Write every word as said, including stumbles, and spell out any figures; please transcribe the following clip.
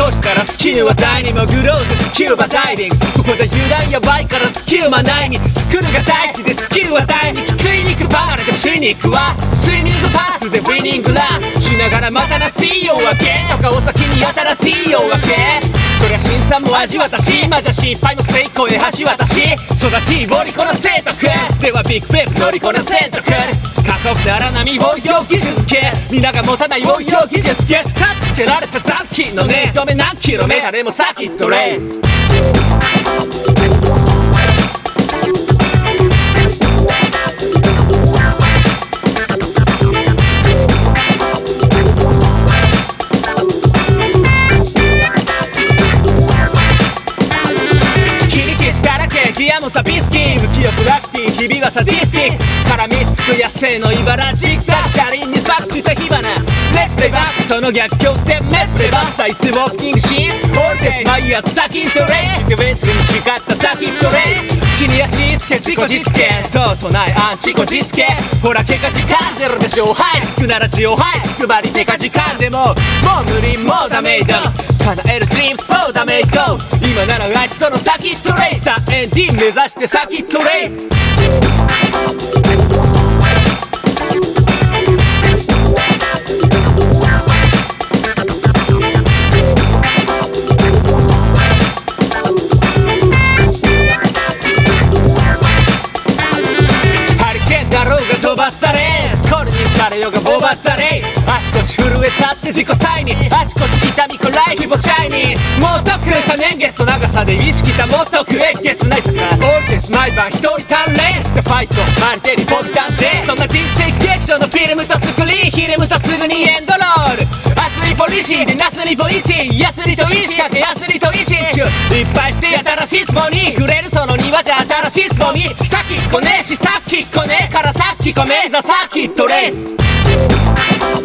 としたらスキルは第二もグローでスキルはダイビング。ここで油断やばいからスキルはないに作るが大事でスキルは第二。きつい肉離れでも死に行くわ。スイミングパーツでウィニングランしながらまたなし夜明けとかお先に新しい夜明け。そりゃ辛酸も味わったしまだ失敗も成功へ橋渡し育ち盛りこなせとくではビッグウェーブ乗りこなせとく過酷な荒波をよぎ続け皆が持たないをよぎ術けさっつけられちゃ残機のね止め何キロメ誰もサーキットレースギアもサビスキン不器用プラスティ日々はサディスティック絡みつく野生の茨ジグザグ車輪に搾取した火花レッツプレイバックその逆境でメッツプレイバーサイスウォーキングシーンオールデイマイヤーサキットレースリクエストに誓ったサキットレース地に足つけ自己実現とうとないアンチこ実現ほら結果時間ゼロでしょはいつくなら血をはいつくばりてか時間でももう無理もうダメだ叶えるドリームそうダメゴー今ならあいつとのサキットレースさあエンディング目指してサキットレースハリケーンだろうが飛ばされスコールに打たれようがボバされ足腰震えたって自己サイにあちこち痛みこらい希望シャイニーもっとくした年月の長さで意識たもっとくえげつないさかオールデス毎晩一人鍛錬してファイトまるでリポビタンでそんな人生劇場のフィルムとスクリーンひるむとすぐにエンドロール熱いポリシーでナスにポイチヤスリと意志かけヤスリと意志いっぱいして新しいつぼに触れるその庭じゃ新しいつぼみさっきっこねえしさっきっこねえからさっきこめざサーキットレース